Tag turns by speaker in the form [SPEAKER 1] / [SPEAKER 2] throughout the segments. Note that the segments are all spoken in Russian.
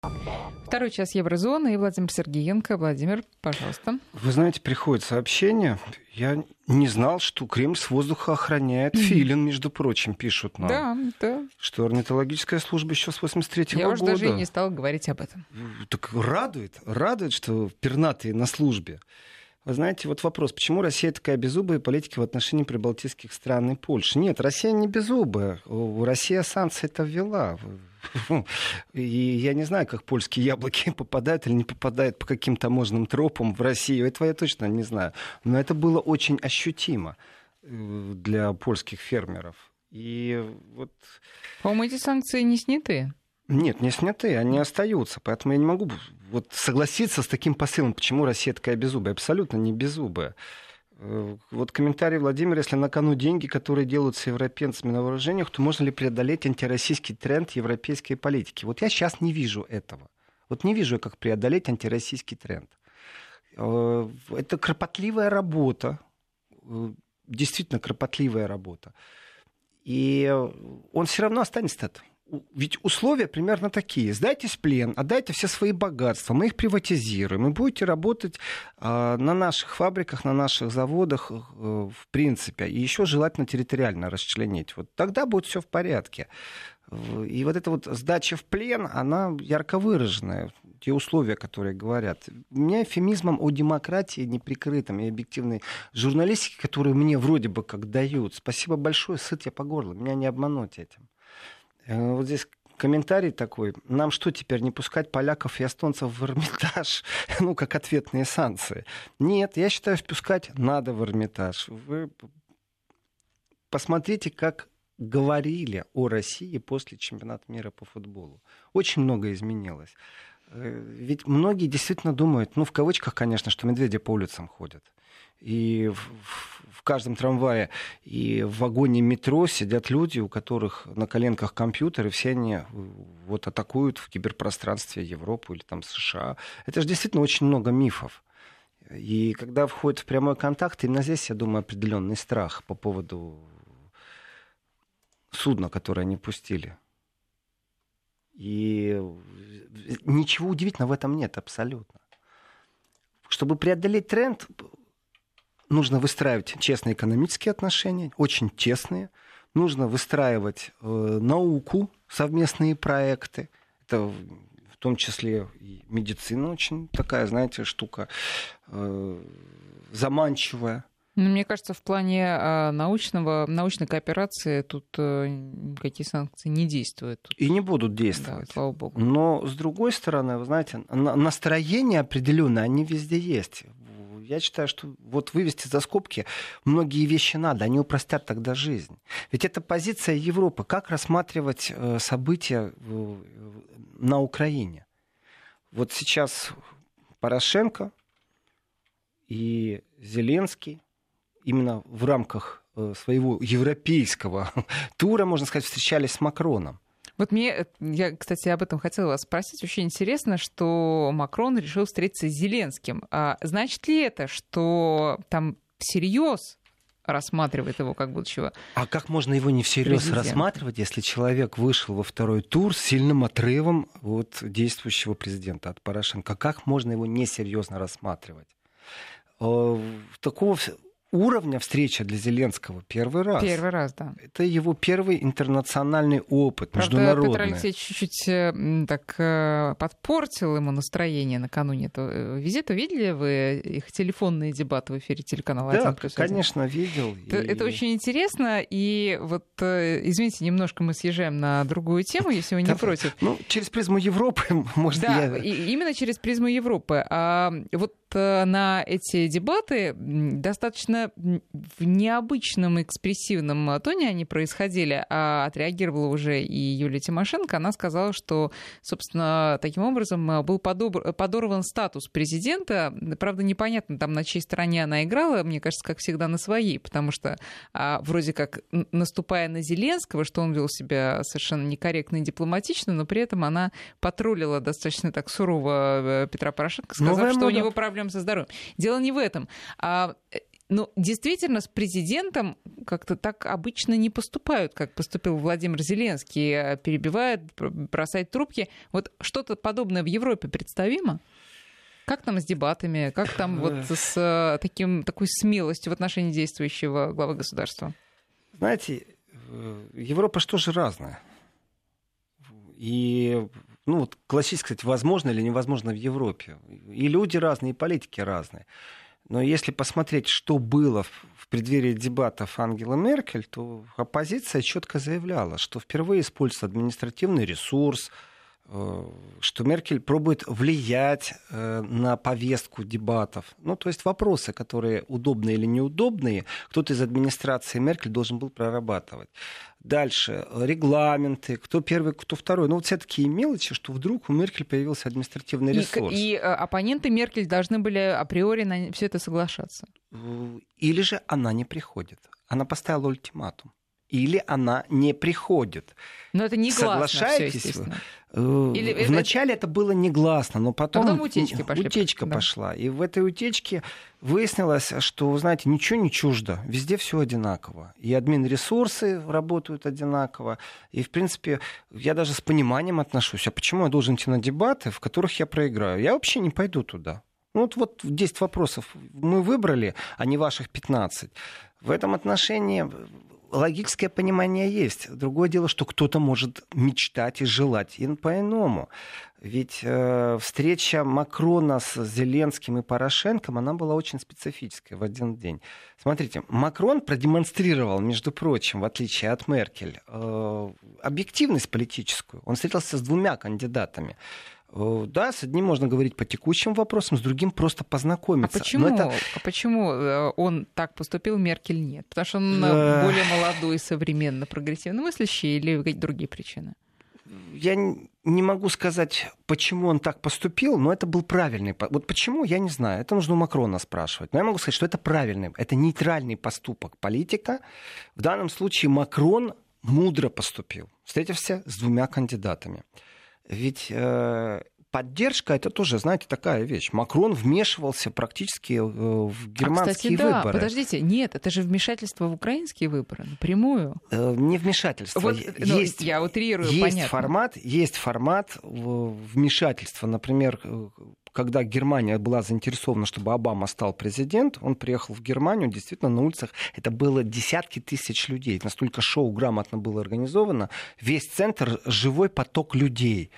[SPEAKER 1] Второй час Еврозоны и Владимир Сергеенко. Владимир, пожалуйста.
[SPEAKER 2] Вы знаете, приходит сообщение. Я не знал, что Кремль с воздуха охраняет филин, между прочим, пишут нам.
[SPEAKER 1] Да.
[SPEAKER 2] Что орнитологическая служба еще с 83-го года.
[SPEAKER 1] Я уже даже и не стала говорить об этом.
[SPEAKER 2] Так радует, что пернатые на службе. Вы знаете, вот вопрос, почему Россия такая беззубая политика в отношении прибалтийских стран и Польши? Нет, Россия не беззубая. Россия санкции-то ввела. И я не знаю, как польские яблоки попадают или не попадают по каким таможенным тропам в Россию. Этого я точно не знаю. Но это было очень ощутимо для польских фермеров. И вот...
[SPEAKER 1] По-моему, эти санкции не сняты.
[SPEAKER 2] Нет, не сняты, они остаются. Поэтому я не могу согласиться с таким посылом, почему Россия такая беззубая. Абсолютно не беззубая. Вот комментарий Владимира: если на кону деньги, которые делаются европейцами на вооружениях, то можно ли преодолеть антироссийский тренд европейской политики? Вот я сейчас не вижу этого. Вот не вижу, как преодолеть антироссийский тренд. Это кропотливая работа. Действительно кропотливая работа. И он все равно останется. Ведь условия примерно такие. Сдайтесь в плен, отдайте все свои богатства, мы их приватизируем, и будете работать на наших фабриках, на наших заводах, в принципе. И еще желательно территориально расчленить. Вот тогда будет все в порядке. И вот эта вот сдача в плен, она ярко выраженная. Те условия, которые говорят. У меня эвфемизмом о демократии неприкрытом и объективной журналистике, которую мне вроде бы как дают. Спасибо большое, сыт я по горло. Меня не обмануть этим. Вот здесь комментарий такой. Нам что, теперь не пускать поляков и эстонцев в Эрмитаж? Как ответные санкции. Нет, я считаю, впускать надо в Эрмитаж. Вы посмотрите, как говорили о России после чемпионата мира по футболу. Очень много изменилось. Ведь многие действительно думают, в кавычках, конечно, что медведи по улицам ходят. И в каждом трамвае и в вагоне метро сидят люди, у которых на коленках компьютер, и все они атакуют в киберпространстве Европу или там США. Это же действительно очень много мифов. И когда входит в прямой контакт, именно здесь, я думаю, определенный страх по поводу судна, которое они пустили. И ничего удивительного в этом нет абсолютно. Чтобы преодолеть тренд, нужно выстраивать честные экономические отношения, очень тесные. Нужно выстраивать науку, совместные проекты. Это в том числе и медицина очень такая, знаете, штука заманчивая.
[SPEAKER 1] Мне кажется, в плане научной кооперации тут никакие санкции не действуют.
[SPEAKER 2] И не будут действовать.
[SPEAKER 1] Да, слава богу.
[SPEAKER 2] Но, с другой стороны, вы знаете, настроения определенные, они везде есть. Я считаю, что вывести за скобки многие вещи надо, они упростят тогда жизнь. Ведь это позиция Европы. Как рассматривать события на Украине? Вот сейчас Порошенко и Зеленский именно в рамках своего европейского тура, можно сказать, встречались с Макроном.
[SPEAKER 1] Я, кстати, об этом хотела вас спросить. Очень интересно, что Макрон решил встретиться с Зеленским. А значит ли это, что там всерьез рассматривает его как будущего?
[SPEAKER 2] А как можно его не всерьез рассматривать, если человек вышел во второй тур с сильным отрывом от действующего президента, от Порошенко? Как можно его несерьезно рассматривать? Такого уровня встреча для Зеленского первый раз.
[SPEAKER 1] Первый раз, да.
[SPEAKER 2] Это его первый интернациональный опыт,
[SPEAKER 1] правда,
[SPEAKER 2] международный.
[SPEAKER 1] Петр Алексеевич чуть-чуть так подпортил ему настроение накануне этого визита. Видели вы их телефонные дебаты в эфире телеканала 1+1?
[SPEAKER 2] Да, конечно, видел.
[SPEAKER 1] Это очень интересно. И извините, немножко мы съезжаем на другую тему, если вы не против.
[SPEAKER 2] Через призму Европы, может,
[SPEAKER 1] да, именно через призму Европы. На эти дебаты достаточно в необычном экспрессивном тоне они происходили, а отреагировала уже и Юлия Тимошенко. Она сказала, что, собственно, таким образом был подорван статус президента. Правда, непонятно, там, на чьей стороне она играла, мне кажется, как всегда, на своей, потому что вроде как, наступая на Зеленского, что он вел себя совершенно некорректно и дипломатично, но при этом она потроллила достаточно так сурово Петра Порошенко, сказав, что у него проблемы со здоровьем. Дело не в этом. Ну, действительно, с президентом как-то так обычно не поступают, как поступил Владимир Зеленский, перебивает, бросает трубки. Вот что-то подобное в Европе представимо? Как там с дебатами? Как там вот с такой смелостью в отношении действующего главы государства?
[SPEAKER 2] Знаете, Европа что же разная. И вот классически, кстати, возможно или невозможно в Европе. И люди разные, и политики разные. Но если посмотреть, что было в преддверии дебатов Ангелы Меркель, то оппозиция четко заявляла, что впервые используется административный ресурс, что Меркель пробует влиять на повестку дебатов. То есть вопросы, которые удобные или неудобные, кто-то из администрации Меркель должен был прорабатывать. Дальше регламенты, кто первый, кто второй. Все такие мелочи, что вдруг у Меркель появился административный ресурс.
[SPEAKER 1] И оппоненты Меркель должны были априори на все это соглашаться.
[SPEAKER 2] Или же она не приходит. Она поставила ультиматум. Или она не приходит.
[SPEAKER 1] Но это негласно.
[SPEAKER 2] Соглашаетесь вы? Вначале это было негласно, но потом утечка пошла. И в этой утечке выяснилось, что, знаете, ничего не чуждо. Везде все одинаково. И админресурсы работают одинаково. И, в принципе, я даже с пониманием отношусь. А почему я должен идти на дебаты, в которых я проиграю? Я вообще не пойду туда. Вот 10 вопросов мы выбрали, а не ваших 15. В этом отношении логическое понимание есть. Другое дело, что кто-то может мечтать и желать по-иному. Ведь встреча Макрона с Зеленским и Порошенко, она была очень специфической в один день. Смотрите, Макрон продемонстрировал, между прочим, в отличие от Меркель, объективность политическую. Он встретился с 2 кандидатами. Да, с одним можно говорить по текущим вопросам, с другим просто познакомиться.
[SPEAKER 1] А почему он так поступил, Меркель нет? Потому что он более молодой, современно прогрессивно мыслящий или какие-то другие причины?
[SPEAKER 2] Я не могу сказать, почему он так поступил, но это был правильный. Вот почему, я не знаю. Это нужно у Макрона спрашивать. Но я могу сказать, что это правильный, это нейтральный поступок политика. В данном случае Макрон мудро поступил, встретився с 2 кандидатами. Ведь поддержка — это тоже, знаете, такая вещь. Макрон вмешивался практически в германские выборы.
[SPEAKER 1] Подождите, нет, это же вмешательство в украинские выборы напрямую.
[SPEAKER 2] Не вмешательство.
[SPEAKER 1] Я утрирую,
[SPEAKER 2] понятно. Есть формат вмешательства. Например, когда Германия была заинтересована, чтобы Обама стал президентом, он приехал в Германию, действительно, на улицах это было десятки тысяч людей. Настолько шоу грамотно было организовано. Весь центр — живой поток людей.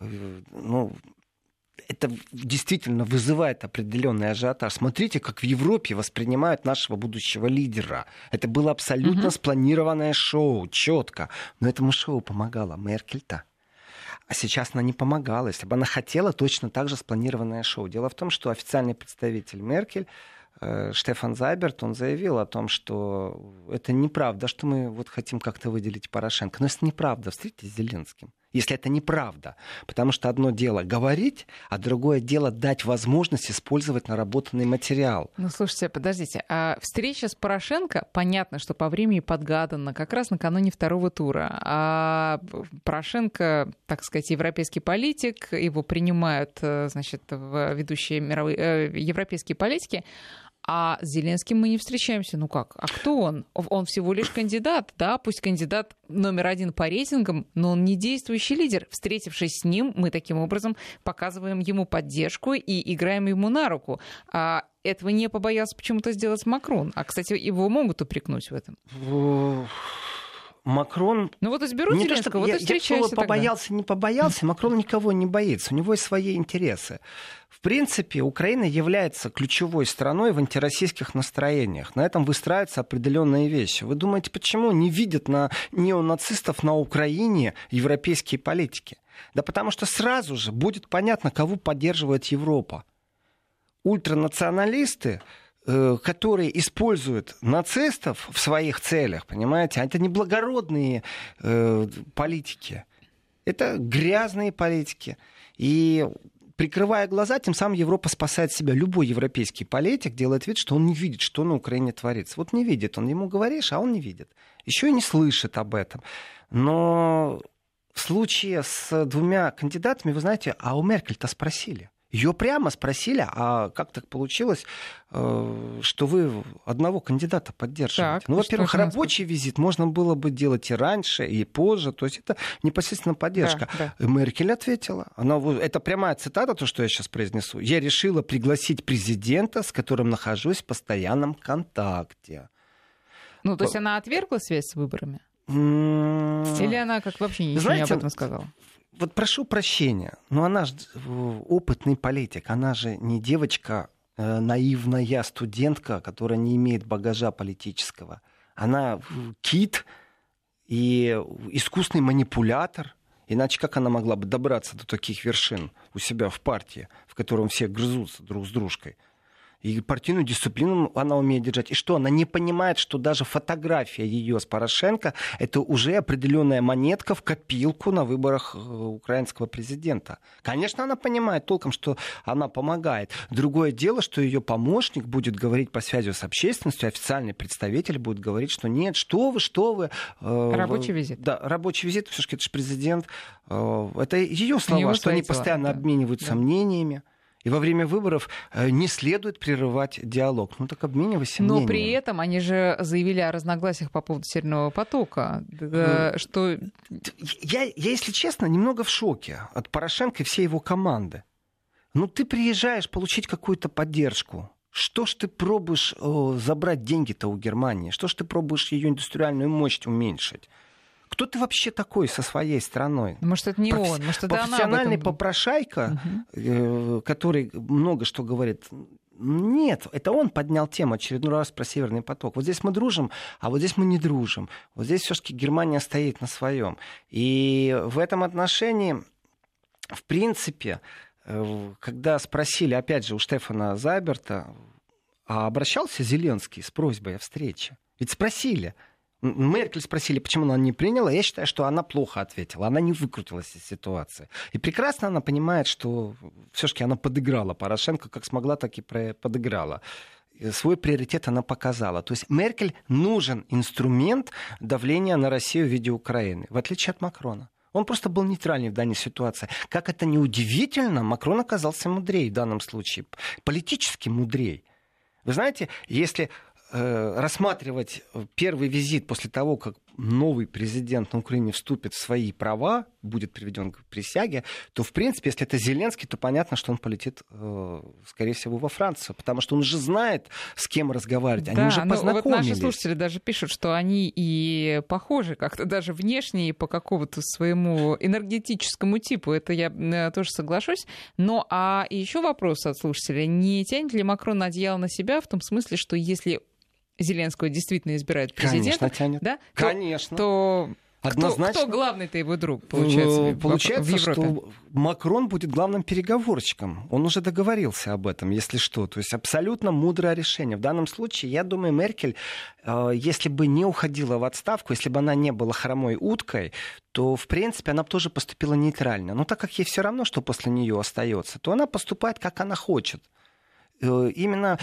[SPEAKER 2] Это действительно вызывает определенный ажиотаж. Смотрите, как в Европе воспринимают нашего будущего лидера. Это было абсолютно спланированное шоу, четко. Но этому шоу помогала Меркель-то. А сейчас она не помогала. Если бы она хотела, точно так же спланированное шоу. Дело в том, что официальный представитель Меркель Штефан Зайберт, он заявил о том, что это неправда, что мы хотим как-то выделить Порошенко. Но это неправда. Встретитесь с Зеленским. Если это неправда. Потому что одно дело говорить, а другое дело дать возможность использовать наработанный материал.
[SPEAKER 1] Слушайте, подождите. А встреча с Порошенко, понятно, что по времени подгадана, как раз накануне 2-го тура. А Порошенко, так сказать, европейский политик, его принимают, значит, в ведущие европейские политики. А с Зеленским мы не встречаемся. Как? А кто он? Он всего лишь кандидат, да, пусть кандидат номер 1 по рейтингам, но он не действующий лидер. Встретившись с ним, мы таким образом показываем ему поддержку и играем ему на руку. А этого не побоялся почему-то сделать Макрон. А, кстати, его могут упрекнуть в этом.
[SPEAKER 2] Макрон...
[SPEAKER 1] изберут Зеленского, и встречайся тогда.
[SPEAKER 2] Побоялся, не побоялся, Макрон никого не боится. У него есть свои интересы. В принципе, Украина является ключевой страной в антироссийских настроениях. На этом выстраиваются определенные вещи. Вы думаете, почему не видят неонацистов на Украине европейские политики? Да потому что сразу же будет понятно, кого поддерживает Европа. Ультранационалисты, которые используют нацистов в своих целях, понимаете, это не благородные политики, это грязные политики. И прикрывая глаза, тем самым Европа спасает себя. Любой европейский политик делает вид, что он не видит, что на Украине творится. Не видит он, ему говоришь, а он не видит. Еще и не слышит об этом. Но в случае с 2 кандидатами, вы знаете, а у Меркель-то спросили. Ее прямо спросили, а как так получилось, что вы одного кандидата поддерживаете?
[SPEAKER 1] Так,
[SPEAKER 2] Во-первых, рабочий визит можно было бы делать и раньше, и позже. То есть это непосредственно поддержка.
[SPEAKER 1] Да.
[SPEAKER 2] Меркель ответила. Это прямая цитата, то, что я сейчас произнесу. «Я решила пригласить президента, с которым нахожусь в постоянном контакте».
[SPEAKER 1] То есть она отвергла связь с выборами? Или она как вообще ничего не об этом сказала?
[SPEAKER 2] Вот прошу прощения, но она же опытный политик, она же не девочка, наивная студентка, которая не имеет багажа политического. Она кит и искусный манипулятор. Иначе как она могла бы добраться до таких вершин у себя в партии, в котором все грызутся друг с дружкой? И партийную дисциплину она умеет держать. И что, она не понимает, что даже фотография ее с Порошенко — это уже определенная монетка в копилку на выборах украинского президента. Конечно, она понимает толком, что она помогает. Другое дело, что ее помощник будет говорить по связи с общественностью, официальный представитель будет говорить, что нет, что вы.
[SPEAKER 1] Рабочий визит.
[SPEAKER 2] Да, рабочий визит, все-таки это же президент. Это ее слова, что они постоянно обмениваются мнениями. И во время выборов не следует прерывать диалог. Так обменивайся мнением.
[SPEAKER 1] Но при этом они же заявили о разногласиях по поводу Северного потока. Что...
[SPEAKER 2] Я, если честно, немного в шоке от Порошенко и всей его команды. Ты приезжаешь получить какую-то поддержку. Что ж ты пробуешь забрать деньги-то у Германии? Что ж ты пробуешь ее индустриальную мощь уменьшить? Кто ты вообще такой со своей страной?
[SPEAKER 1] Может, это не он, может, это
[SPEAKER 2] профессиональный
[SPEAKER 1] она
[SPEAKER 2] попрошайка, который много что говорит. Нет, это он поднял тему очередной раз про Северный поток. Вот здесь мы дружим, а вот здесь мы не дружим. Вот здесь все-таки Германия стоит на своем. И в этом отношении, в принципе, когда спросили, опять же, у Штефана Зайберта, а обращался Зеленский с просьбой о встрече? Ведь спросили. Меркель спросили, почему она не приняла. Я считаю, что она плохо ответила. Она не выкрутилась из ситуации. И прекрасно она понимает, что все-таки она подыграла Порошенко, как смогла, так и подыграла. Свой приоритет она показала. То есть Меркель нужен инструмент давления на Россию в виде Украины, в отличие от Макрона. Он просто был нейтральный в данной ситуации. Как это ни удивительно, Макрон оказался мудрее в данном случае. Политически мудрее. Вы знаете, если рассматривать первый визит после того, как новый президент на Украине вступит в свои права, будет приведен к присяге, то, в принципе, если это Зеленский, то понятно, что он полетит, скорее всего, во Францию, потому что он уже знает, с кем разговаривать. Они уже познакомились.
[SPEAKER 1] Вот наши слушатели даже пишут, что они и похожи как-то даже внешне и по какому-то своему энергетическому типу. Это я тоже соглашусь. Но а еще вопрос от слушателя. Не тянет ли Макрон одеяло на себя в том смысле, что если Зеленского действительно избирают президентом, да,
[SPEAKER 2] конечно.
[SPEAKER 1] то
[SPEAKER 2] однозначно.
[SPEAKER 1] Кто главный-то его друг, получается,
[SPEAKER 2] получается,
[SPEAKER 1] в Европе?
[SPEAKER 2] Что Макрон будет главным переговорщиком. Он уже договорился об этом, если что. То есть абсолютно мудрое решение. В данном случае, я думаю, Меркель, если бы не уходила в отставку, если бы она не была хромой уткой, то, в принципе, она бы тоже поступила нейтрально. Но так как ей все равно, что после нее остается, то она поступает, как она хочет. Именно,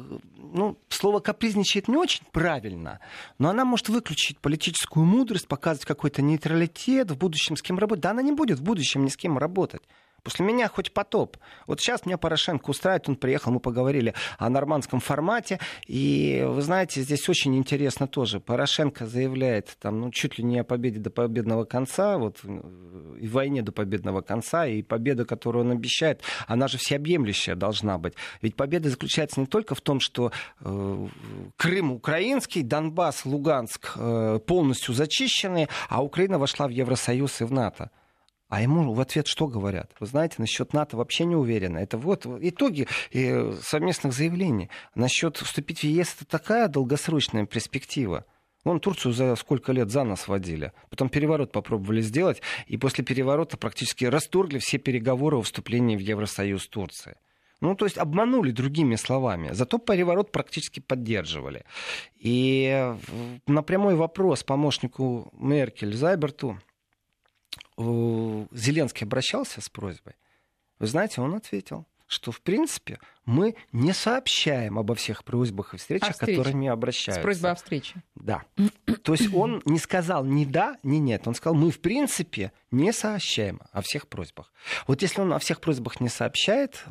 [SPEAKER 2] слово «капризничает» не очень правильно, но она может выключить политическую мудрость, показывать какой-то нейтралитет, в будущем с кем работать. Да она не будет в будущем ни с кем работать. После меня хоть потоп. Вот сейчас меня Порошенко устраивает, он приехал, мы поговорили о нормандском формате, и вы знаете, здесь очень интересно тоже. Порошенко заявляет чуть ли не о победе до победного конца, и войне до победного конца, и победа, которую он обещает, она же всеобъемлющая должна быть. Ведь победа заключается не только в том, что Крым украинский, Донбасс, Луганск полностью зачищены, а Украина вошла в Евросоюз и в НАТО. А ему в ответ что говорят? Вы знаете, насчет НАТО вообще не уверены. Это вот итоги совместных заявлений. Насчет вступить в ЕС это такая долгосрочная перспектива. Вон Турцию за сколько лет за нос водили. Потом переворот попробовали сделать. И после переворота практически расторгли все переговоры о вступлении в Евросоюз Турции. То есть обманули другими словами. Зато переворот практически поддерживали. И на прямой вопрос помощнику Меркель Зайберту, Зеленский обращался с просьбой. Вы знаете, он ответил. что, в принципе, мы не сообщаем обо всех просьбах и встречах, которыми обращаются.
[SPEAKER 1] С просьбой о встрече.
[SPEAKER 2] Да. То есть он не сказал ни да, ни нет. Он сказал, мы, в принципе, не сообщаем о всех просьбах. Вот если он о всех просьбах не сообщает,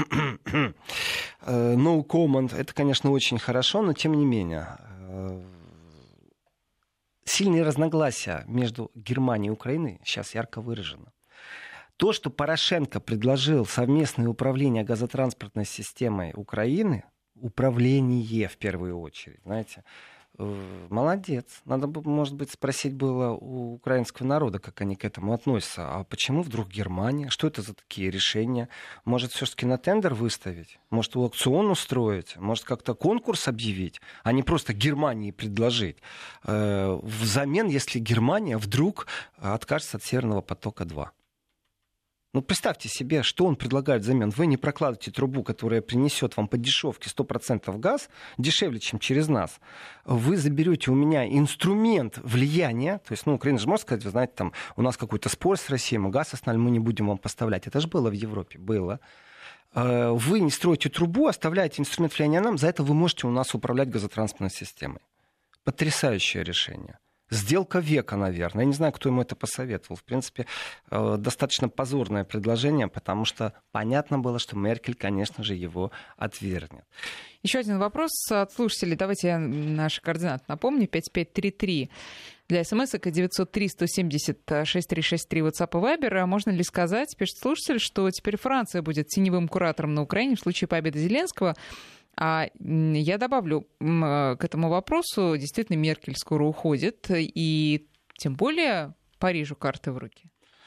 [SPEAKER 2] no comment, это, конечно, очень хорошо, но тем не менее... Сильные разногласия между Германией и Украиной сейчас ярко выражены. То, что Порошенко предложил совместное управление газотранспортной системой Украины, управление в первую очередь, знаете, молодец. Надо бы, может быть, спросить было у украинского народа, как они к этому относятся. А почему вдруг Германия? Что это за такие решения? Может, все-таки на тендер выставить? Может, аукцион устроить? Может, как-то конкурс объявить? А не просто Германии предложить. Взамен, если Германия вдруг откажется от Северного потока-2. Ну, представьте себе, что он предлагает взамен. Вы не прокладываете трубу, которая принесет вам по дешевке 100% газ, дешевле, чем через нас. Вы заберете у меня инструмент влияния. То есть, Украина же может сказать, вы знаете, там, у нас какой-то спор с Россией, мы газ остановили, мы не будем вам поставлять. Это же было в Европе, было. Вы не строите трубу, оставляете инструмент влияния нам, за это вы можете у нас управлять газотранспортной системой. Потрясающее решение. Сделка века, наверное. Я не знаю, кто ему это посоветовал. В принципе, достаточно позорное предложение, потому что понятно было, что Меркель, конечно же, его отвергнет.
[SPEAKER 1] Еще один вопрос от слушателей. Давайте я наши координаты напомню. 5533 для смс-ок и 903-170-6363 WhatsApp и Viber. Можно ли сказать, пишет слушатель, что теперь Франция будет теневым куратором на Украине в случае победы Зеленского? А я добавлю к этому вопросу, действительно, Меркель скоро уходит, и тем более Парижу карты в руки.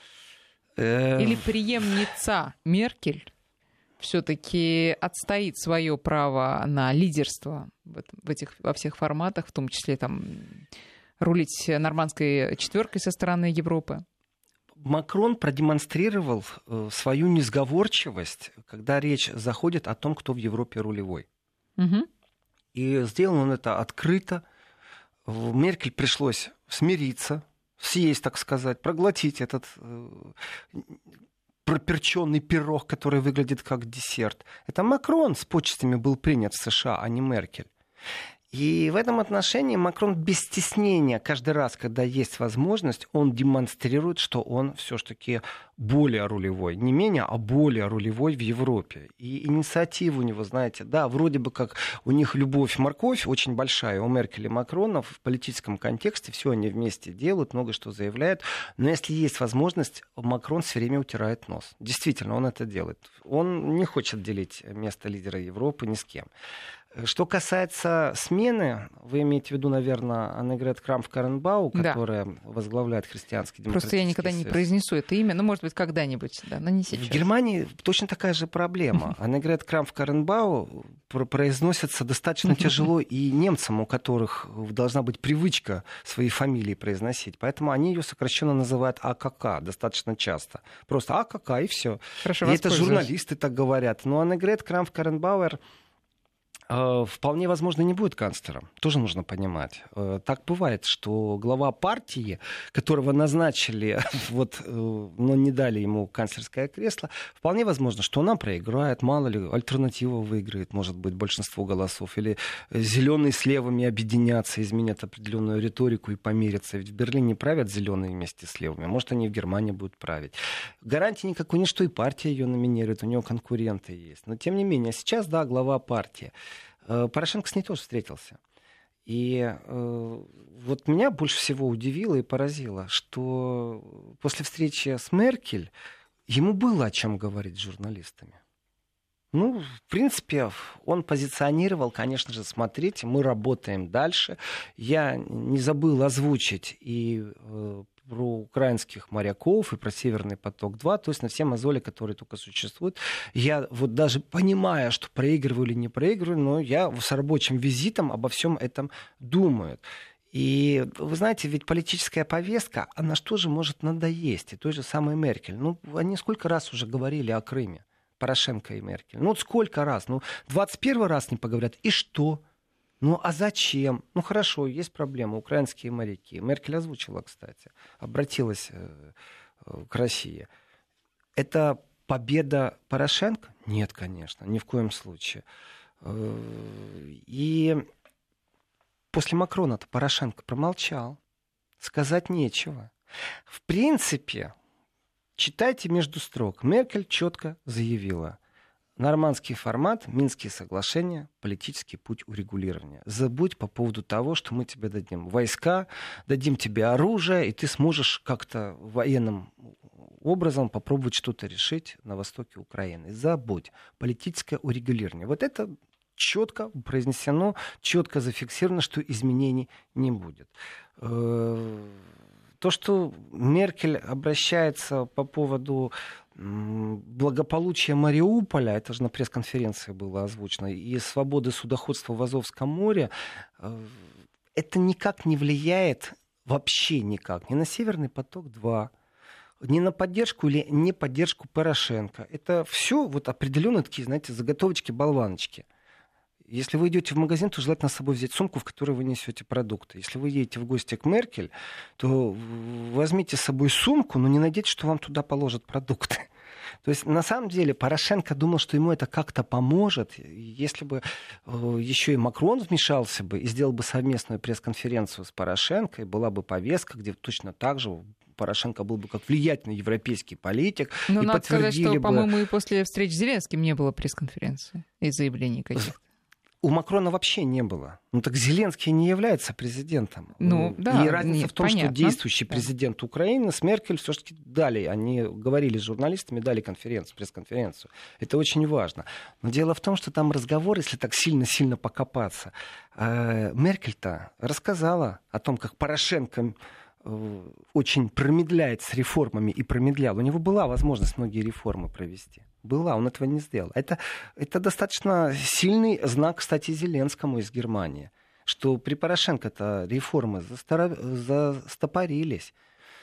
[SPEAKER 1] Или преемница Меркель все-таки отстоит свое право на лидерство во всех форматах, в том числе там, рулить нормандской четверкой со стороны Европы?
[SPEAKER 2] Макрон продемонстрировал свою несговорчивость, когда речь заходит о том, кто в Европе рулевой. Угу. И сделал он это открыто. Меркель пришлось смириться, съесть, так сказать, проглотить этот проперченный пирог, который выглядит как десерт. Это Макрон с почестями был принят в США, а не Меркель. И в этом отношении Макрон без стеснения каждый раз, когда есть возможность, он демонстрирует, что он все-таки более рулевой. Не менее, а более рулевой в Европе. И инициатива у него, знаете, да, вроде бы как у них любовь-морковь очень большая, у Меркель и Макрона в политическом контексте, все они вместе делают, много что заявляют. Но если есть возможность, Макрон все время утирает нос. Действительно, он это делает. Он не хочет делить место лидера Европы ни с кем. Что касается смены, вы имеете в виду, наверное, Аннегрет Крамф-Карренбау, которая возглавляет Христианский демократический
[SPEAKER 1] Просто я никогда не произнесу это имя, может быть, когда-нибудь, да, но не сейчас.
[SPEAKER 2] В Германии точно такая же проблема. Аннегрет Крамф-Карренбау произносится достаточно тяжело и немцам, у которых должна быть привычка свои фамилии произносить. Поэтому они ее сокращенно называют АКК достаточно часто. Просто АКК и все. И это журналисты так говорят. Но Аннегрет Крамф-Карренбауэр вполне возможно, не будет канцлером. Тоже нужно понимать. Так бывает, что глава партии, которого назначили, но не дали ему канцлерское кресло, вполне возможно, что она проиграет, мало ли, альтернатива выиграет, может быть, большинство голосов, или зеленые с левыми объединятся, изменят определенную риторику и помирятся. Ведь в Берлине правят зеленые вместе с левыми, может, они в Германии будут править. Гарантии никакой нет, что и партия ее номинирует, у нее конкуренты есть. Но, тем не менее, сейчас, да, глава партии. Порошенко с ней тоже встретился. И вот меня больше всего удивило и поразило, что после встречи с Меркель ему было о чем говорить с журналистами. В принципе, он позиционировал, конечно же, смотрите, мы работаем дальше. Я не забыл озвучить и про украинских моряков, и про Северный поток-2, то есть на все мозоли, которые только существуют. Я даже понимая, что проигрываю или не проигрываю, но я с рабочим визитом обо всем этом думаю. И вы знаете, ведь политическая повестка, она что же может надоесть? И той же самой Меркель. Они сколько раз уже говорили о Крыме, Порошенко и Меркель. Сколько раз? 21 раз не поговорят. И что? А зачем? Хорошо, есть проблема. Украинские моряки. Меркель озвучила, кстати. Обратилась к России. Это победа Порошенко? Нет, конечно, ни в коем случае. И после Макрона-то Порошенко промолчал. Сказать нечего. В принципе, читайте между строк. Меркель четко заявила: нормандский формат, Минские соглашения, политический путь урегулирования. Забудь по поводу того, что мы тебе дадим войска, дадим тебе оружие, и ты сможешь как-то военным образом попробовать что-то решить на востоке Украины. Забудь. Политическое урегулирование. Вот это четко произнесено, четко зафиксировано, что изменений не будет. То, что Меркель обращается по поводу благополучия Мариуполя, это же на пресс-конференции было озвучено, и свободы судоходства в Азовском море, это никак не влияет, вообще никак, ни на Северный поток-2, ни на поддержку или не поддержку Порошенко. Это все вот определенные такие, знаете, заготовочки-болваночки. Если вы идете в магазин, то желательно с собой взять сумку, в которой вы несете продукты. Если вы едете в гости к Меркель, то возьмите с собой сумку, но не надейтесь, что вам туда положат продукты. То есть, на самом деле, Порошенко думал, что ему это как-то поможет. Если бы еще и Макрон вмешался бы и сделал бы совместную пресс-конференцию с Порошенко, и была бы повестка, где точно так же Порошенко был бы как влиятельный европейский политик.
[SPEAKER 1] Но
[SPEAKER 2] и
[SPEAKER 1] надо сказать, что,
[SPEAKER 2] бы...
[SPEAKER 1] по-моему, и после встреч с Зеленским не было пресс-конференции и заявлений каких-то.
[SPEAKER 2] У Макрона вообще не было. Ну так Зеленский не является президентом.
[SPEAKER 1] Ну, да,
[SPEAKER 2] и разница в том,
[SPEAKER 1] понятно,
[SPEAKER 2] что действующий президент Украины с Меркель все-таки дали, они говорили с журналистами, дали пресс-конференцию. Это очень важно. Но дело в том, что там разговор, если так сильно-сильно покопаться, Меркель-то рассказала о том, как Порошенко очень промедляет с реформами и промедлял. У него была возможность многие реформы провести. Была, он этого не сделал. Это достаточно сильный знак, кстати, Зеленскому из Германии, что при Порошенко-то реформы застопорились.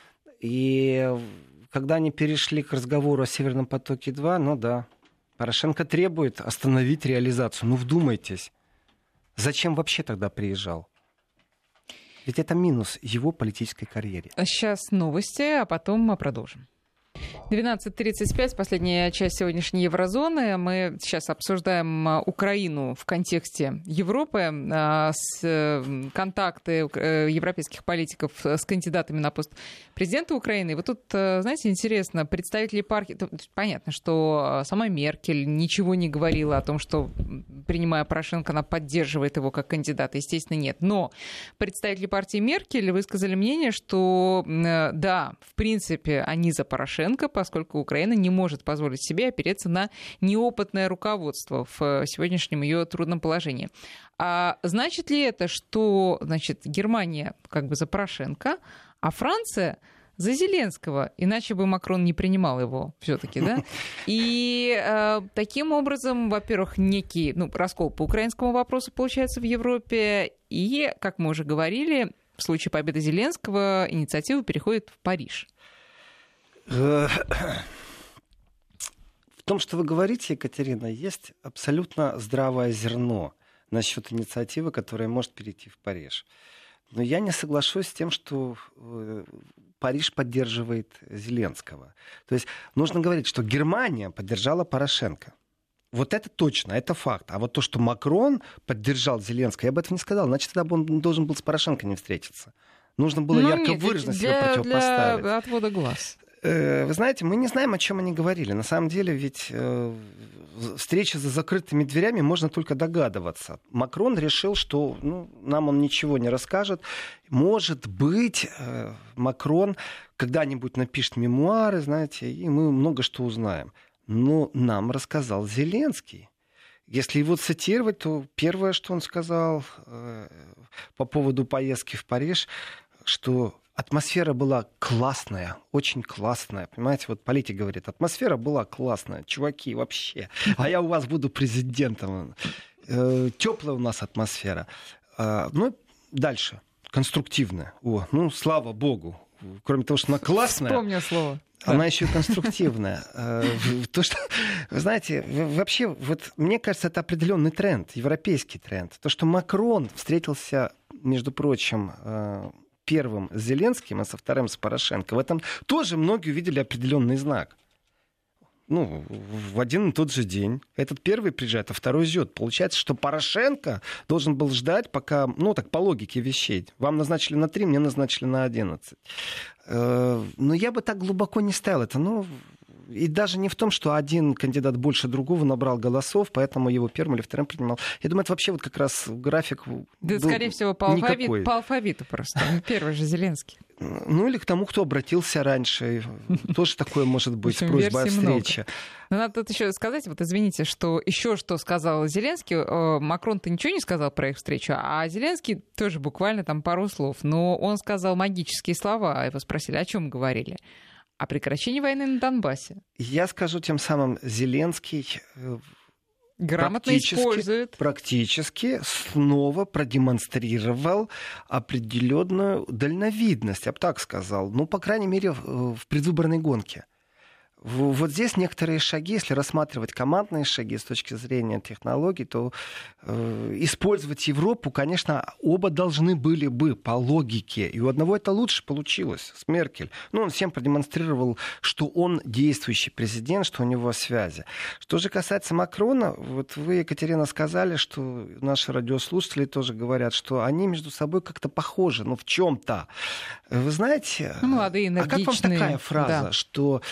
[SPEAKER 2] И когда они перешли к разговору о Северном потоке-2, ну да, Порошенко требует остановить реализацию. Ну вдумайтесь, зачем вообще тогда приезжал? Ведь это минус его политической карьере.
[SPEAKER 1] Сейчас новости, а потом мы продолжим. 12:35, последняя часть сегодняшней Еврозоны. Мы сейчас обсуждаем Украину в контексте Европы, контакты европейских политиков с кандидатами на пост президента Украины. И вот тут, знаете, интересно, представители партии... Понятно, что сама Меркель ничего не говорила о том, что, принимая Порошенко, она поддерживает его как кандидата. Естественно, нет. Но представители партии Меркель высказали мнение, что да, в принципе, они за Порошенко, поскольку Украина не может позволить себе опереться на неопытное руководство в сегодняшнем ее трудном положении. А значит ли это, что Германия как бы за Порошенко, а Франция за Зеленского, иначе бы Макрон не принимал его все-таки, да? И таким образом, во-первых, некий раскол по украинскому вопросу получается в Европе, и, как мы уже говорили, в случае победы Зеленского инициатива переходит в Париж.
[SPEAKER 2] В том, что вы говорите, Екатерина, есть абсолютно здравое зерно насчет инициативы, которая может перейти в Париж. Но я не соглашусь с тем, что Париж поддерживает Зеленского. То есть нужно говорить, что Германия поддержала Порошенко. Вот это точно, это факт. А вот то, что Макрон поддержал Зеленского, я бы этого не сказал. Значит, тогда бы он должен был с Порошенко не встретиться. Нужно было ярко выраженно себя противопоставить.
[SPEAKER 1] Для отвода глаз.
[SPEAKER 2] Вы знаете, мы не знаем, о чем они говорили. На самом деле, ведь встреча за закрытыми дверями можно только догадываться. Макрон решил, что нам он ничего не расскажет. Может быть, Макрон когда-нибудь напишет мемуары, знаете, и мы много что узнаем. Но нам рассказал Зеленский. Если его цитировать, то первое, что он сказал по поводу поездки в Париж, что атмосфера была классная, очень классная. Понимаете, вот политик говорит, атмосфера была классная, чуваки, вообще. А я у вас буду президентом. Теплая у нас атмосфера. Ну, дальше. Конструктивная. Слава богу. Кроме того, что она классная.
[SPEAKER 1] Вспомнил слово.
[SPEAKER 2] Она еще и конструктивная. То, что, вы знаете, вообще, вот мне кажется, это определенный тренд, европейский тренд. То, что Макрон встретился, между прочим, первым с Зеленским, а со вторым с Порошенко. В этом тоже многие увидели определенный знак. в один и тот же день. Этот первый приезжает, а второй ждет. Получается, что Порошенко должен был ждать, пока, так по логике вещей. Вам назначили на 3, мне назначили на 11. Но я бы так глубоко не ставил это. И даже не в том, что один кандидат больше другого набрал голосов, поэтому его первым или вторым принимал. Я думаю, это вообще вот как раз график
[SPEAKER 1] Да,
[SPEAKER 2] был
[SPEAKER 1] скорее всего, по алфавиту просто. Первый же Зеленский.
[SPEAKER 2] Или к тому, кто обратился раньше. Тоже такое может быть, просьба о встрече.
[SPEAKER 1] Но надо тут еще сказать, извините, что сказал Зеленский. Макрон-то ничего не сказал про их встречу, а Зеленский тоже буквально там пару слов. Но он сказал магические слова. Его спросили, о чем говорили? О прекращении войны на Донбассе.
[SPEAKER 2] Я скажу тем самым, Зеленский
[SPEAKER 1] грамотно использует.
[SPEAKER 2] Практически снова продемонстрировал определенную дальновидность, я бы так сказал. По крайней мере, в предвыборной гонке. Вот здесь некоторые шаги, если рассматривать командные шаги с точки зрения технологий, то использовать Европу, конечно, оба должны были бы по логике. И у одного это лучше получилось, с Меркель. Он всем продемонстрировал, что он действующий президент, что у него связи. Что же касается Макрона, вот вы, Екатерина, сказали, что наши радиослушатели тоже говорят, что они между собой как-то похожи, в чем-то. Вы знаете,
[SPEAKER 1] молодые, энергичные.
[SPEAKER 2] А как вам такая фраза,
[SPEAKER 1] да,
[SPEAKER 2] что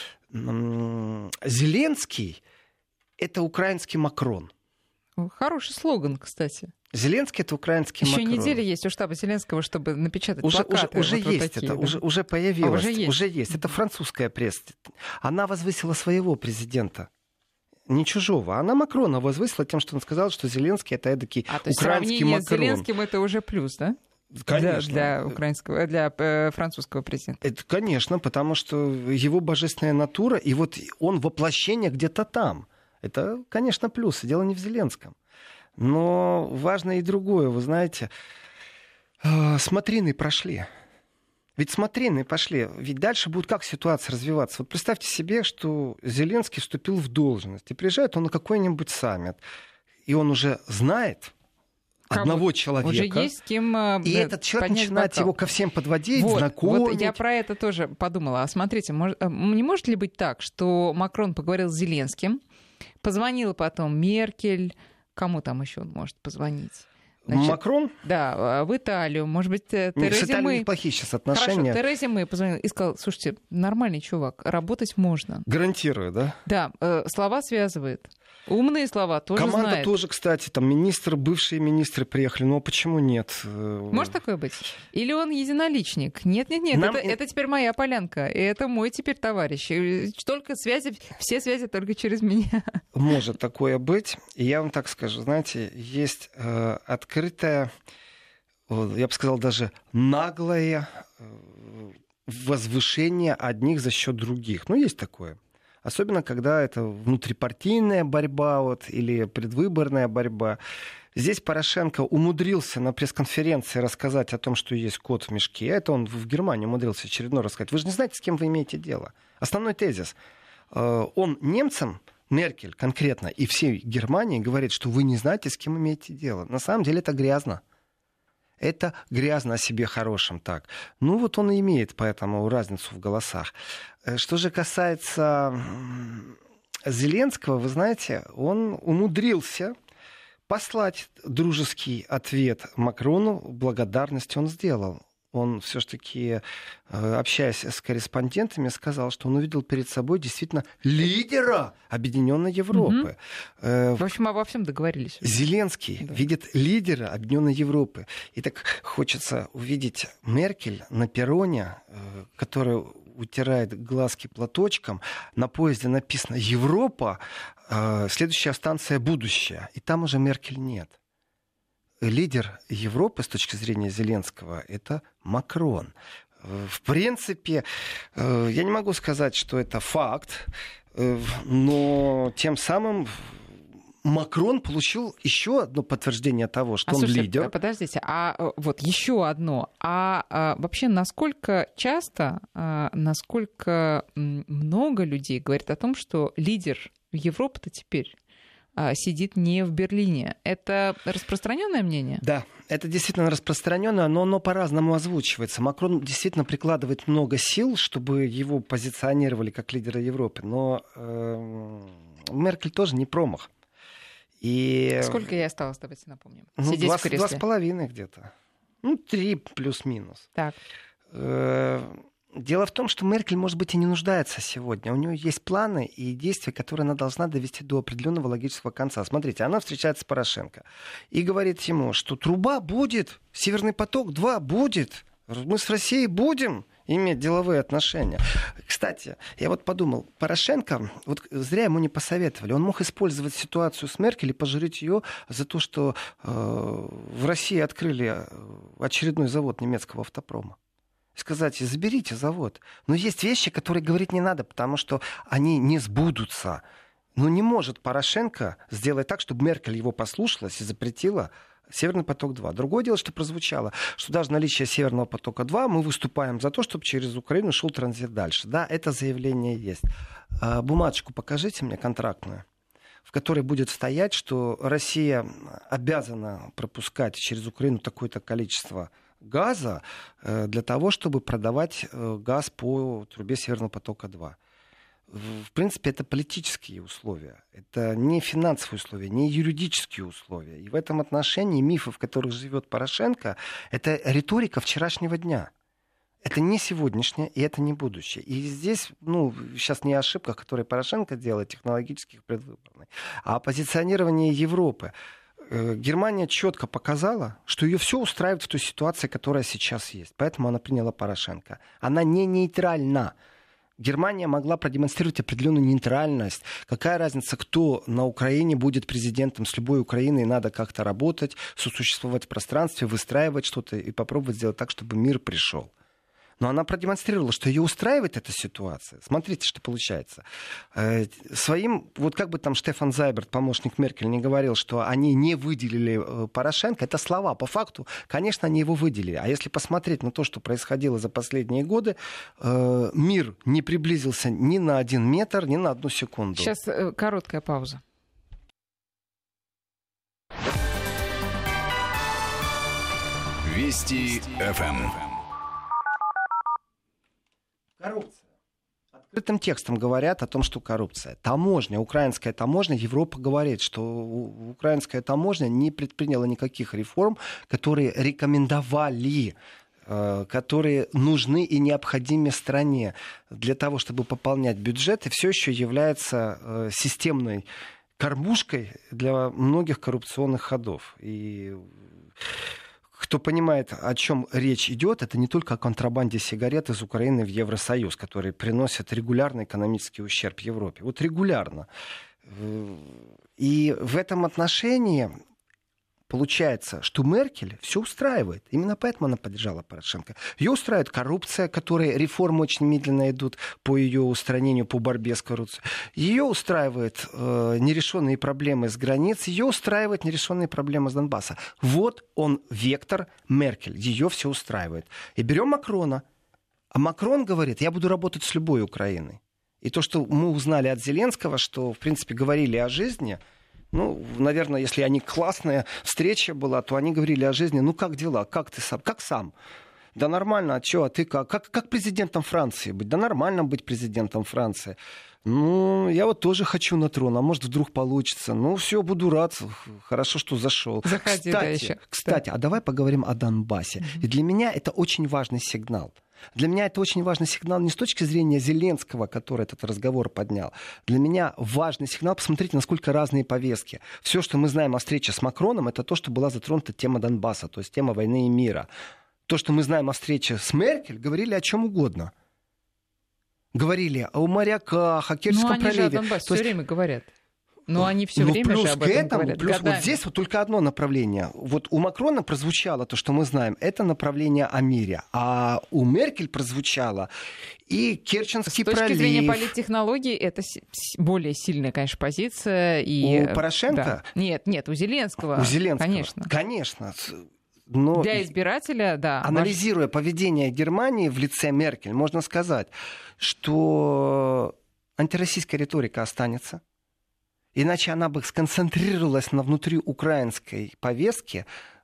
[SPEAKER 2] Зеленский — это украинский Макрон?
[SPEAKER 1] Хороший слоган, кстати.
[SPEAKER 2] Зеленский — это украинский
[SPEAKER 1] Еще
[SPEAKER 2] Макрон.
[SPEAKER 1] Неделя есть у штаба Зеленского, чтобы напечатать плакаты.
[SPEAKER 2] Уже есть
[SPEAKER 1] такие,
[SPEAKER 2] это,
[SPEAKER 1] да?
[SPEAKER 2] уже появилось.
[SPEAKER 1] Уже
[SPEAKER 2] есть. Это французская пресса. Она возвысила своего президента. Не чужого. Она Макрона возвысила тем, что он сказал, что Зеленский — это эдакий украинский Макрон.
[SPEAKER 1] С Зеленским это уже плюс, да?
[SPEAKER 2] Конечно.
[SPEAKER 1] Для французского президента.
[SPEAKER 2] Это, конечно, потому что его божественная натура, и вот он воплощение где-то там. Это, конечно, плюс. Дело не в Зеленском. Но важно и другое. Вы знаете, смотрины прошли. Ведь смотрины пошли. Ведь дальше будет как ситуация развиваться. Вот представьте себе, что Зеленский вступил в должность. И приезжает он на какой-нибудь саммит. И он уже знает одного человека.
[SPEAKER 1] Уже есть с кем
[SPEAKER 2] и этот человек начинает его ко всем подводить, знакомить.
[SPEAKER 1] Вот я про это тоже подумала. А смотрите, не может ли быть так, что Макрон поговорил с Зеленским, позвонила потом Меркель, кому там еще он может позвонить?
[SPEAKER 2] Макрон?
[SPEAKER 1] Да, в Италию. Может быть, Терезе Мэй.
[SPEAKER 2] Неплохие сейчас отношения.
[SPEAKER 1] Хорошо, Терезе Мэй позвонил и сказал: слушайте, нормальный чувак, работать можно.
[SPEAKER 2] Гарантирую, да?
[SPEAKER 1] Да, слова связывает. Умные слова тоже
[SPEAKER 2] Команда
[SPEAKER 1] знает.
[SPEAKER 2] тоже, кстати, там бывшие министры приехали, но почему нет?
[SPEAKER 1] Может такое быть? Или он единоличник? Нет, это теперь моя полянка, и это мой теперь товарищ. Только связи, все связи только через меня.
[SPEAKER 2] Может такое быть. И я вам так скажу, знаете, есть открытое, я бы сказал, даже наглое возвышение одних за счет других. Есть такое. Особенно, когда это внутрипартийная борьба или предвыборная борьба. Здесь Порошенко умудрился на пресс-конференции рассказать о том, что есть кот в мешке. Это он в Германии умудрился очередной рассказать. Вы же не знаете, с кем вы имеете дело. Основной тезис. Он немцам, Меркель конкретно, и всей Германии говорит, что вы не знаете, с кем имеете дело. На самом деле это грязно. Это грязно о себе хорошем так. Он и имеет поэтому разницу в голосах. Что же касается Зеленского, вы знаете, он умудрился послать дружеский ответ Макрону. Благодарность он сделал. Он все-таки, общаясь с корреспондентами, сказал, что он увидел перед собой действительно лидера Объединенной Европы.
[SPEAKER 1] В общем, обо всем договорились.
[SPEAKER 2] Зеленский видит лидера Объединенной Европы. И так хочется увидеть Меркель на перроне, которая утирает глазки платочком. На поезде написано «Европа», следующая станция «Будущее». И там уже Меркель нет. Лидер Европы с точки зрения Зеленского — это Макрон. В принципе, я не могу сказать, что это факт, но тем самым Макрон получил еще одно подтверждение того, что он лидер.
[SPEAKER 1] Подождите, вот еще одно. Вообще, насколько часто, насколько много людей говорит о том, что лидер Европы-то теперь сидит не в Берлине. Это распространенное мнение?
[SPEAKER 2] Да, это действительно распространенное, но оно по-разному озвучивается. Макрон действительно прикладывает много сил, чтобы его позиционировали как лидера Европы, но Меркель тоже не промах. И...
[SPEAKER 1] Сколько ей осталось, давайте напомним?
[SPEAKER 2] Сидеть в кресле? 2,5 где-то. 3 плюс-минус.
[SPEAKER 1] Так.
[SPEAKER 2] Дело в том, что Меркель, может быть, и не нуждается сегодня. У нее есть планы и действия, которые она должна довести до определенного логического конца. Смотрите, она встречается с Порошенко и говорит ему, что труба будет, Северный поток-2 будет, мы с Россией будем иметь деловые отношения. Кстати, я вот подумал, Порошенко, вот зря ему не посоветовали. Он мог использовать ситуацию с Меркель и пожурить ее за то, что в России открыли очередной завод немецкого автопрома. Сказать, заберите завод. Но есть вещи, которые говорить не надо, потому что они не сбудутся. Но не может Порошенко сделать так, чтобы Меркель его послушалась и запретила Северный поток-2. Другое дело, что прозвучало, что даже наличие Северного потока-2 мы выступаем за то, чтобы через Украину шел транзит дальше. Да, это заявление есть. Бумажечку покажите мне контрактную, в которой будет стоять, что Россия обязана пропускать через Украину такое-то количество газа для того, чтобы продавать газ по трубе Северного потока-2. В принципе, это политические условия. Это не финансовые условия, не юридические условия. И в этом отношении мифы, в которых живет Порошенко, это риторика вчерашнего дня. Это не сегодняшнее, и это не будущее. И здесь, сейчас не ошибка, которую Порошенко делает, технологических предвыборных, а позиционирование Европы. Германия четко показала, что ее все устраивает в той ситуации, которая сейчас есть. Поэтому она приняла Порошенко. Она не нейтральна. Германия могла продемонстрировать определенную нейтральность. Какая разница, кто на Украине будет президентом? С любой Украиной надо как-то работать, сосуществовать в пространстве, выстраивать что-то и попробовать сделать так, чтобы мир пришел. Но она продемонстрировала, что ее устраивает эта ситуация. Смотрите, что получается. Своим, вот как бы там Штефан Зайберт, помощник Меркель, не говорил, что они не выделили Порошенко, это слова. По факту, конечно, они его выделили. А если посмотреть на то, что происходило за последние годы, мир не приблизился ни на 1 метр, ни на 1 секунду.
[SPEAKER 1] Сейчас короткая пауза.
[SPEAKER 3] Вести ФМ.
[SPEAKER 2] Коррупция. Открытым текстом говорят о том, что коррупция. Таможня, украинская таможня, Европа говорит, что украинская таможня не предприняла никаких реформ, которые рекомендовали, которые нужны и необходимы стране для того, чтобы пополнять бюджет, и все еще является системной кормушкой для многих коррупционных ходов. И кто понимает, о чем речь идет, это не только о контрабанде сигарет из Украины в Евросоюз, которые приносят регулярный экономический ущерб Европе. Вот регулярно. И в этом отношении получается, что Меркель все устраивает. Именно поэтому она поддержала Порошенко. Ее устраивает коррупция, которой реформы очень медленно идут по ее устранению, по борьбе с коррупцией. Ее устраивают нерешенные проблемы с границ. Ее устраивают нерешенные проблемы с Донбасса. Вот он, вектор Меркель. Ее все устраивает. И берем Макрона. А Макрон говорит, я буду работать с любой Украиной. И то, что мы узнали от Зеленского, что, в принципе, говорили о жизни... наверное, если они классная встреча была, то они говорили о жизни. Как дела? Как ты сам? Как сам? Да нормально, а что? А ты как? Как президентом Франции быть? Да нормально быть президентом Франции. Я вот тоже хочу на трон, а может вдруг получится. Все, буду рад. Хорошо, что зашел.
[SPEAKER 1] Заходи,
[SPEAKER 2] кстати, а давай поговорим о Донбассе. И для меня это очень важный сигнал. Для меня это очень важный сигнал не с точки зрения Зеленского, который этот разговор поднял. Для меня важный сигнал, посмотрите, насколько разные повестки. Все, что мы знаем о встрече с Макроном, это то, что была затронута тема Донбасса, то есть тема войны и мира. То, что мы знаем о встрече с Меркель, говорили о чем угодно. Говорили о моряках, о Керченском проливе.
[SPEAKER 1] Они же о Донбассе все время говорят. Но они все время же об этом говорят.
[SPEAKER 2] Плюс вот здесь вот только одно направление. Вот у Макрона прозвучало то, что мы знаем, это направление о мире. А у Меркель прозвучало и Керченский пролив.
[SPEAKER 1] С точки зрения политтехнологий, это более сильная, конечно, позиция. И...
[SPEAKER 2] У Порошенко?
[SPEAKER 1] Да. Нет, у Зеленского.
[SPEAKER 2] У Зеленского,
[SPEAKER 1] конечно.
[SPEAKER 2] Но
[SPEAKER 1] для избирателя, да.
[SPEAKER 2] Анализируя поведение Германии в лице Меркель, можно сказать, что антироссийская риторика останется. Иначе она бы сконцентрировалась на внутриукраинской повестке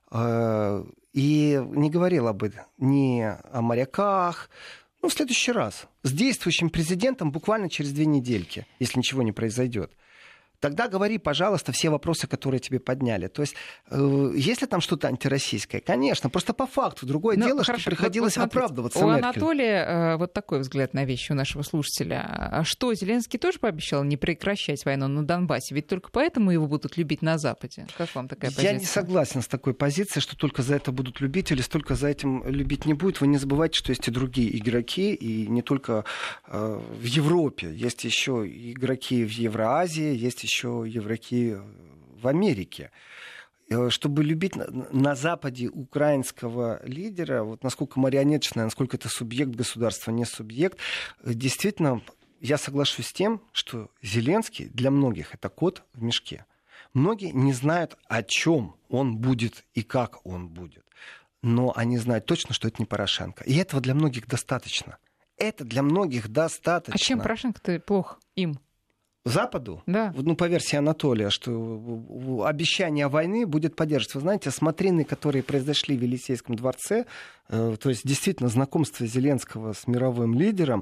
[SPEAKER 2] и не говорила бы ни о моряках. В следующий раз. С действующим президентом буквально через 2 недельки, если ничего не произойдет. Тогда говори, пожалуйста, все вопросы, которые тебе подняли. То есть, если там что-то антироссийское, конечно, просто по факту. Другое дело, хорошо, что приходилось оправдываться
[SPEAKER 1] у
[SPEAKER 2] Меркель.
[SPEAKER 1] Анатолия вот такой взгляд на вещи у нашего слушателя. А что, Зеленский тоже пообещал не прекращать войну на Донбассе? Ведь только поэтому его будут любить на Западе. Как вам такая позиция?
[SPEAKER 2] Я не согласен с такой позицией, что только за это будут любить или столько за этим любить не будет. Вы не забывайте, что есть и другие игроки, и не только в Европе. Есть еще игроки в Евразии, есть еще игроки в Америке. Чтобы любить на Западе украинского лидера, вот насколько марионеточное, насколько это субъект государства, не субъект, действительно, я соглашусь с тем, что Зеленский для многих это кот в мешке. Многие не знают, о чем он будет и как он будет. Но они знают точно, что это не Порошенко. И этого для многих достаточно. Это для многих достаточно.
[SPEAKER 1] А чем Порошенко-то плохо им?
[SPEAKER 2] Западу?
[SPEAKER 1] Да.
[SPEAKER 2] По версии Анатолия, что обещание войны будет поддерживаться. Вы знаете, смотрины, которые произошли в Елисейском дворце, то есть действительно знакомство Зеленского с мировым лидером,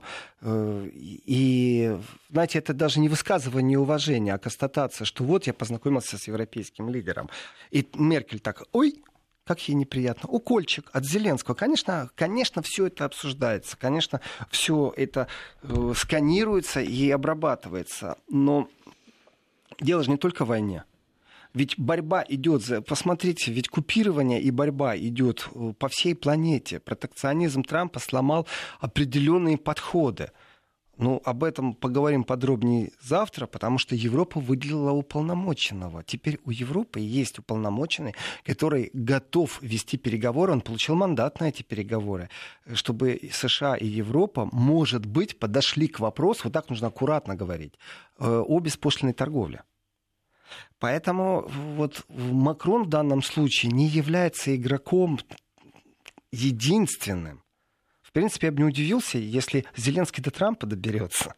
[SPEAKER 2] и, знаете, это даже не высказывание уважения, а констатация, что вот я познакомился с европейским лидером. И Меркель так, ой, как ей неприятно. Укольчик от Зеленского. Конечно, все это обсуждается. Конечно, все это сканируется и обрабатывается. Но дело же не только в войне. Ведь борьба идет, посмотрите, ведь купирование и борьба идет по всей планете. Протекционизм Трампа сломал определенные подходы. Об этом поговорим подробнее завтра, потому что Европа выделила уполномоченного. Теперь у Европы есть уполномоченный, который готов вести переговоры. Он получил мандат на эти переговоры, чтобы США и Европа, может быть, подошли к вопросу, вот так нужно аккуратно говорить, о беспошлинной торговле. Поэтому вот Макрон в данном случае не является игроком единственным. В принципе, я бы не удивился, если Зеленский до Трампа доберется.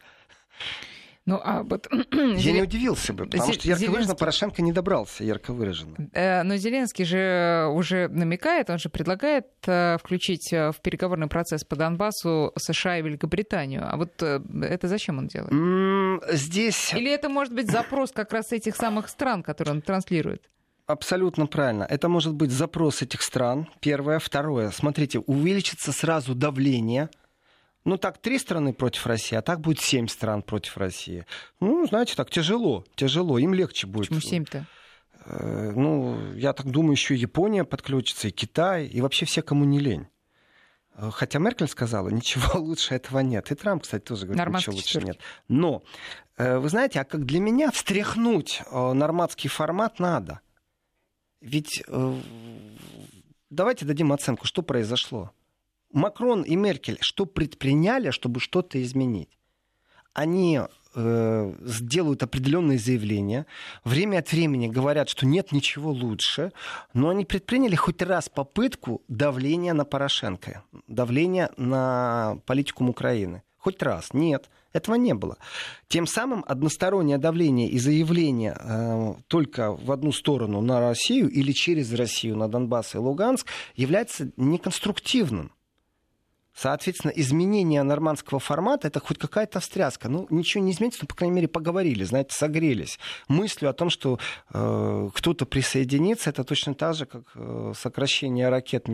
[SPEAKER 2] Я не удивился бы, потому что ярко выраженно Порошенко не добрался, ярко выраженно.
[SPEAKER 1] Но Зеленский же уже намекает, он же предлагает включить в переговорный процесс по Донбассу США и Великобританию. А вот это зачем он делает?
[SPEAKER 2] Здесь...
[SPEAKER 1] Или это может быть запрос как раз этих самых стран, которые он транслирует?
[SPEAKER 2] Абсолютно правильно. Это может быть запрос этих стран, первое. Второе. Смотрите, увеличится сразу давление. Так 3 страны против России, а так будет 7 стран против России. Знаете, так тяжело. Им легче будет.
[SPEAKER 1] Почему 7-то?
[SPEAKER 2] Я так думаю, еще и Япония подключится, и Китай, и вообще все, кому не лень. Хотя Меркель сказала, ничего лучше этого нет. И Трамп, кстати, тоже говорит, ничего лучше нет. Но, вы знаете, как для меня встряхнуть нормандский формат надо. Ведь давайте дадим оценку, что произошло. Макрон и Меркель что предприняли, чтобы что-то изменить? Они сделают определенные заявления, время от времени говорят, что нет ничего лучше, но они предприняли хоть раз попытку давления на Порошенко, давления на политику Украины. Хоть раз. Нет, этого не было. Тем самым одностороннее давление и заявление только в одну сторону на Россию или через Россию на Донбасс и Луганск является неконструктивным. Соответственно, изменение нормандского формата — это хоть какая-то встряска. Ничего не изменится, но, по крайней мере, поговорили, знаете, согрелись. Мыслью о том, что кто-то присоединится, это точно так же, как сокращение ракет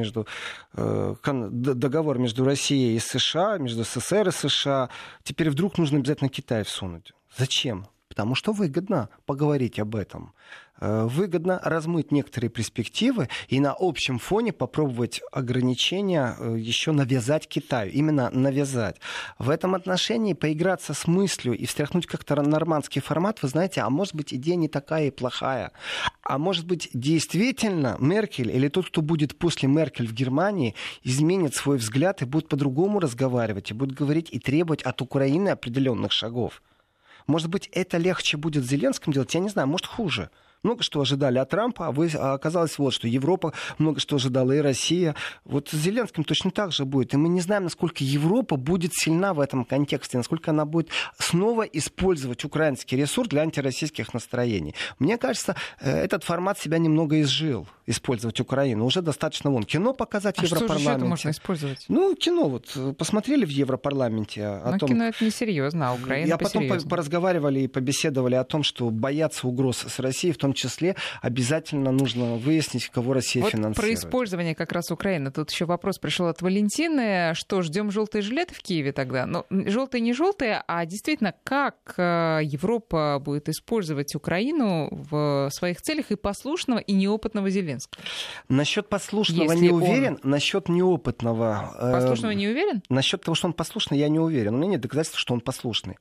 [SPEAKER 2] договор между Россией и США, между СССР и США. Теперь вдруг нужно обязательно Китай всунуть. Зачем? Потому что выгодно поговорить об этом. Выгодно размыть некоторые перспективы и на общем фоне попробовать ограничения еще навязать Китаю. Именно навязать. В этом отношении поиграться с мыслью и встряхнуть как-то нормандский формат, вы знаете, а может быть идея не такая и плохая. А может быть действительно Меркель или тот, кто будет после Меркель в Германии, изменит свой взгляд и будет по-другому разговаривать, и будет говорить и требовать от Украины определенных шагов. Может быть, это легче будет Зеленскому делать, я не знаю, может, хуже. много что ожидали от Трампа, а оказалось вот, что Европа много что ожидала, и Россия. Вот с Зеленским точно так же будет. И мы не знаем, насколько Европа будет сильна в этом контексте, насколько она будет снова использовать украинский ресурс для антироссийских настроений. Мне кажется, этот формат себя немного изжил, использовать Украину. Уже достаточно кино показать в Европарламенте.
[SPEAKER 1] Что же это можно использовать?
[SPEAKER 2] Кино посмотрели в Европарламенте о том...
[SPEAKER 1] кино это несерьезно, а Украина
[SPEAKER 2] потом поразговаривали и побеседовали о том, что бояться угроз с Россией, в том числе обязательно нужно выяснить, кого Россия финансирует.
[SPEAKER 1] Про использование как раз Украины. Тут еще вопрос пришел от Валентины. Что, ждем желтые жилеты в Киеве тогда? Желтые не желтые, а действительно, как Европа будет использовать Украину в своих целях и послушного, и неопытного Зеленского?
[SPEAKER 2] Насчет послушного не уверен, насчет неопытного...
[SPEAKER 1] Послушного не уверен?
[SPEAKER 2] Насчет того, что он послушный, я не уверен. У меня нет доказательств, что он послушный.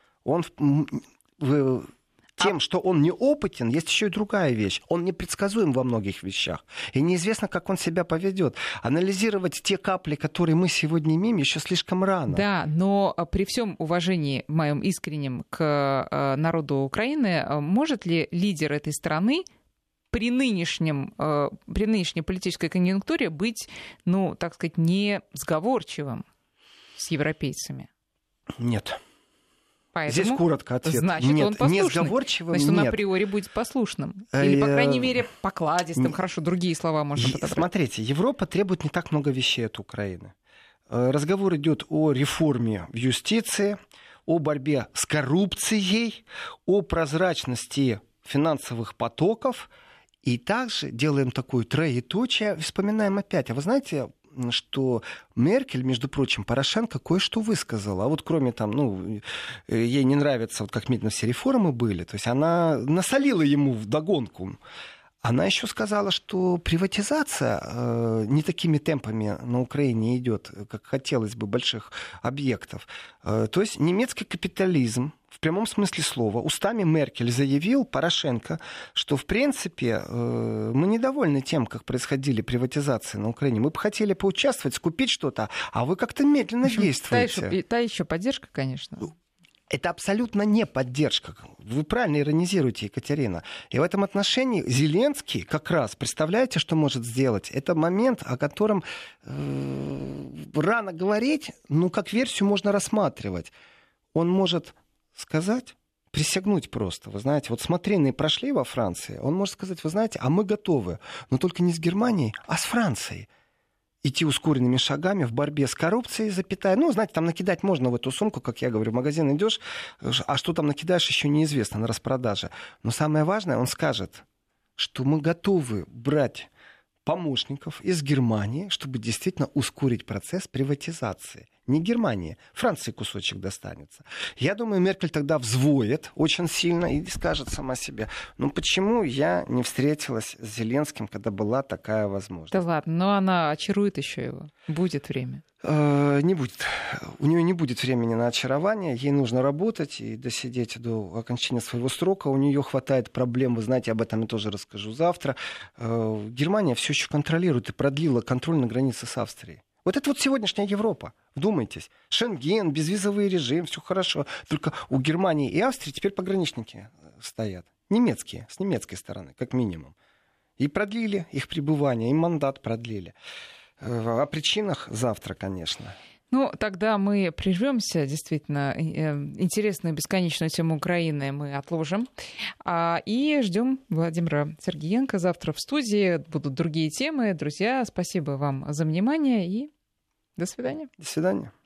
[SPEAKER 2] Тем, что он неопытен, есть еще и другая вещь. Он непредсказуем во многих вещах. И неизвестно, как он себя поведет. Анализировать те капли, которые мы сегодня имеем, еще слишком рано.
[SPEAKER 1] Да, но при всем уважении моем искреннем к народу Украины, может ли лидер этой страны при нынешней политической конъюнктуре быть, так сказать, не сговорчивым с европейцами?
[SPEAKER 2] Нет.
[SPEAKER 1] Поэтому,
[SPEAKER 2] здесь коротко ответ.
[SPEAKER 1] Значит,
[SPEAKER 2] нет,
[SPEAKER 1] он послушный.
[SPEAKER 2] Не сговорчивым,
[SPEAKER 1] значит, он
[SPEAKER 2] нет.
[SPEAKER 1] априори будет послушным. Или, по крайней мере, покладистым. Хорошо, другие слова можно подобрать.
[SPEAKER 2] Смотрите, Европа требует не так много вещей от Украины. Разговор идет о реформе в юстиции, о борьбе с коррупцией, о прозрачности финансовых потоков. И также делаем такую троеточие, вспоминаем опять. А вы знаете, что Меркель, между прочим, Порошенко кое-что высказала. А вот кроме ей не нравится, как медленно все реформы были, то есть она насолила ему вдогонку. Она еще сказала, что приватизация не такими темпами на Украине идет, как хотелось бы, больших объектов. То есть немецкий капитализм, в прямом смысле слова, устами Меркель заявил Порошенко, что, в принципе, мы недовольны тем, как происходили приватизации на Украине. Мы бы хотели поучаствовать, скупить что-то, а вы как-то медленно действуете.
[SPEAKER 1] Та еще поддержка, конечно.
[SPEAKER 2] Это абсолютно не поддержка. Вы правильно иронизируете, Екатерина. И в этом отношении Зеленский как раз, представляете, что может сделать? Это момент, о котором рано говорить, но как версию можно рассматривать. Он может сказать, присягнуть просто. Вы знаете, вот смотрины прошли во Франции, он может сказать, вы знаете, а мы готовы, но только не с Германией, а с Францией. Идти ускоренными шагами в борьбе с коррупцией, знаете, там накидать можно в эту сумку, как я говорю, в магазин идешь, а что там накидаешь, еще неизвестно, на распродаже. Но самое важное, он скажет, что мы готовы брать помощников из Германии, чтобы действительно ускорить процесс приватизации. Не Германии, Франции кусочек достанется. Я думаю, Меркель тогда взвоет очень сильно и скажет сама себе, почему я не встретилась с Зеленским, когда была такая возможность?
[SPEAKER 1] Да ладно, но она очарует еще его. Будет время.
[SPEAKER 2] Не будет. У нее не будет времени на очарование. Ей нужно работать и досидеть до окончания своего срока. У нее хватает проблем. Вы знаете, об этом я тоже расскажу завтра. Германия все еще контролирует и продлила контроль на границе с Австрией. Вот это вот сегодняшняя Европа. Вдумайтесь. Шенген, безвизовый режим, все хорошо. Только у Германии и Австрии теперь пограничники стоят. Немецкие, с немецкой стороны, как минимум. И продлили их пребывание, и мандат продлили. О причинах завтра, конечно.
[SPEAKER 1] Тогда мы прервемся. Действительно, интересную бесконечную тему Украины мы отложим. И ждем Владимира Сергеенко завтра в студии. Будут другие темы. Друзья, спасибо вам за внимание и до свидания.
[SPEAKER 2] До свидания.